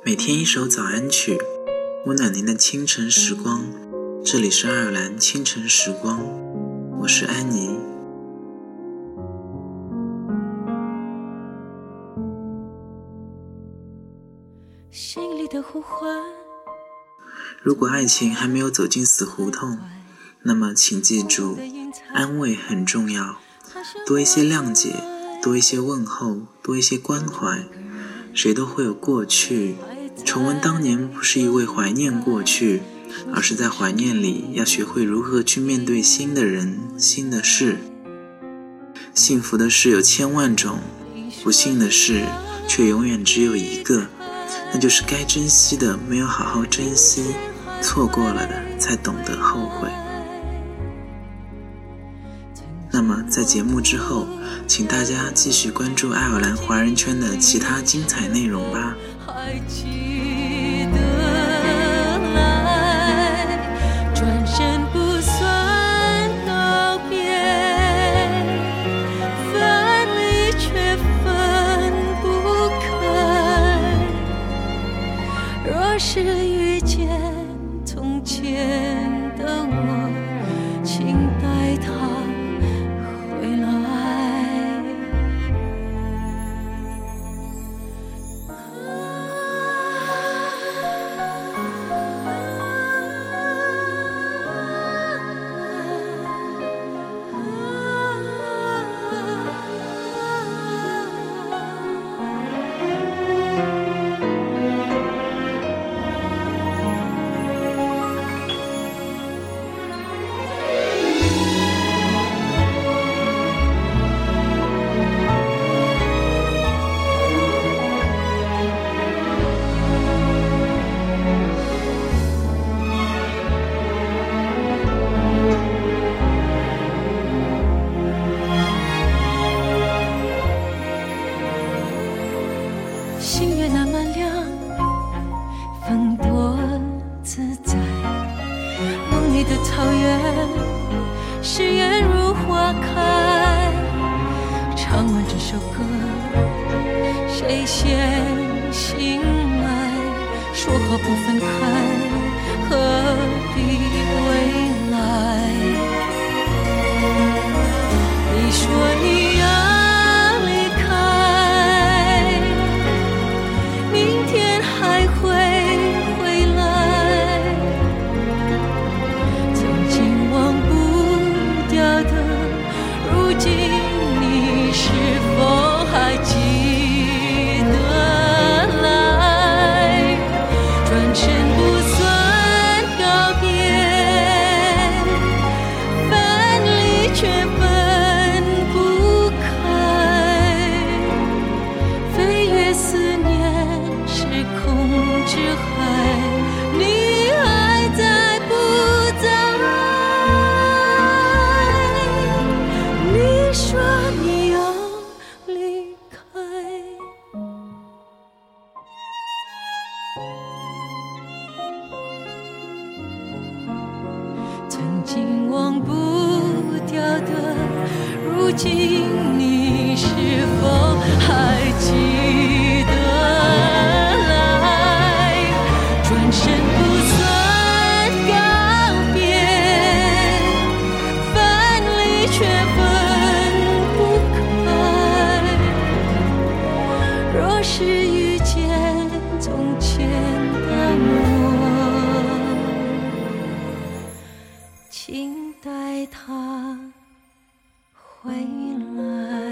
每天一首早安曲，温暖您的清晨时光。这里是爱尔兰清晨时光，我是安妮。 心里的呼唤， 如果爱情还没有走进死胡同，那么请记住，安慰很重要，多一些谅解，多一些问候，多一些关怀。谁都会有过去，重温当年不是一味怀念过去，而是在怀念里要学会如何去面对新的人、新的事。幸福的事有千万种，不幸的事却永远只有一个，那就是该珍惜的没有好好珍惜，错过了的才懂得后悔。那么在节目之后，请大家继续关注爱尔兰华人圈的其他精彩内容吧。 还记得来，转身不算告别，分离却分不开。若是遇见从前的我，请带他回来。星月那么亮，风多自在，梦里的草原，誓言如花开。唱完这首歌，谁先醒来？说好不分开，何必未来？你说你要曾经忘不掉的，如今你是否还记得来？转身不算告别，分离却分不开。若是遇见从前的我，请带他回来。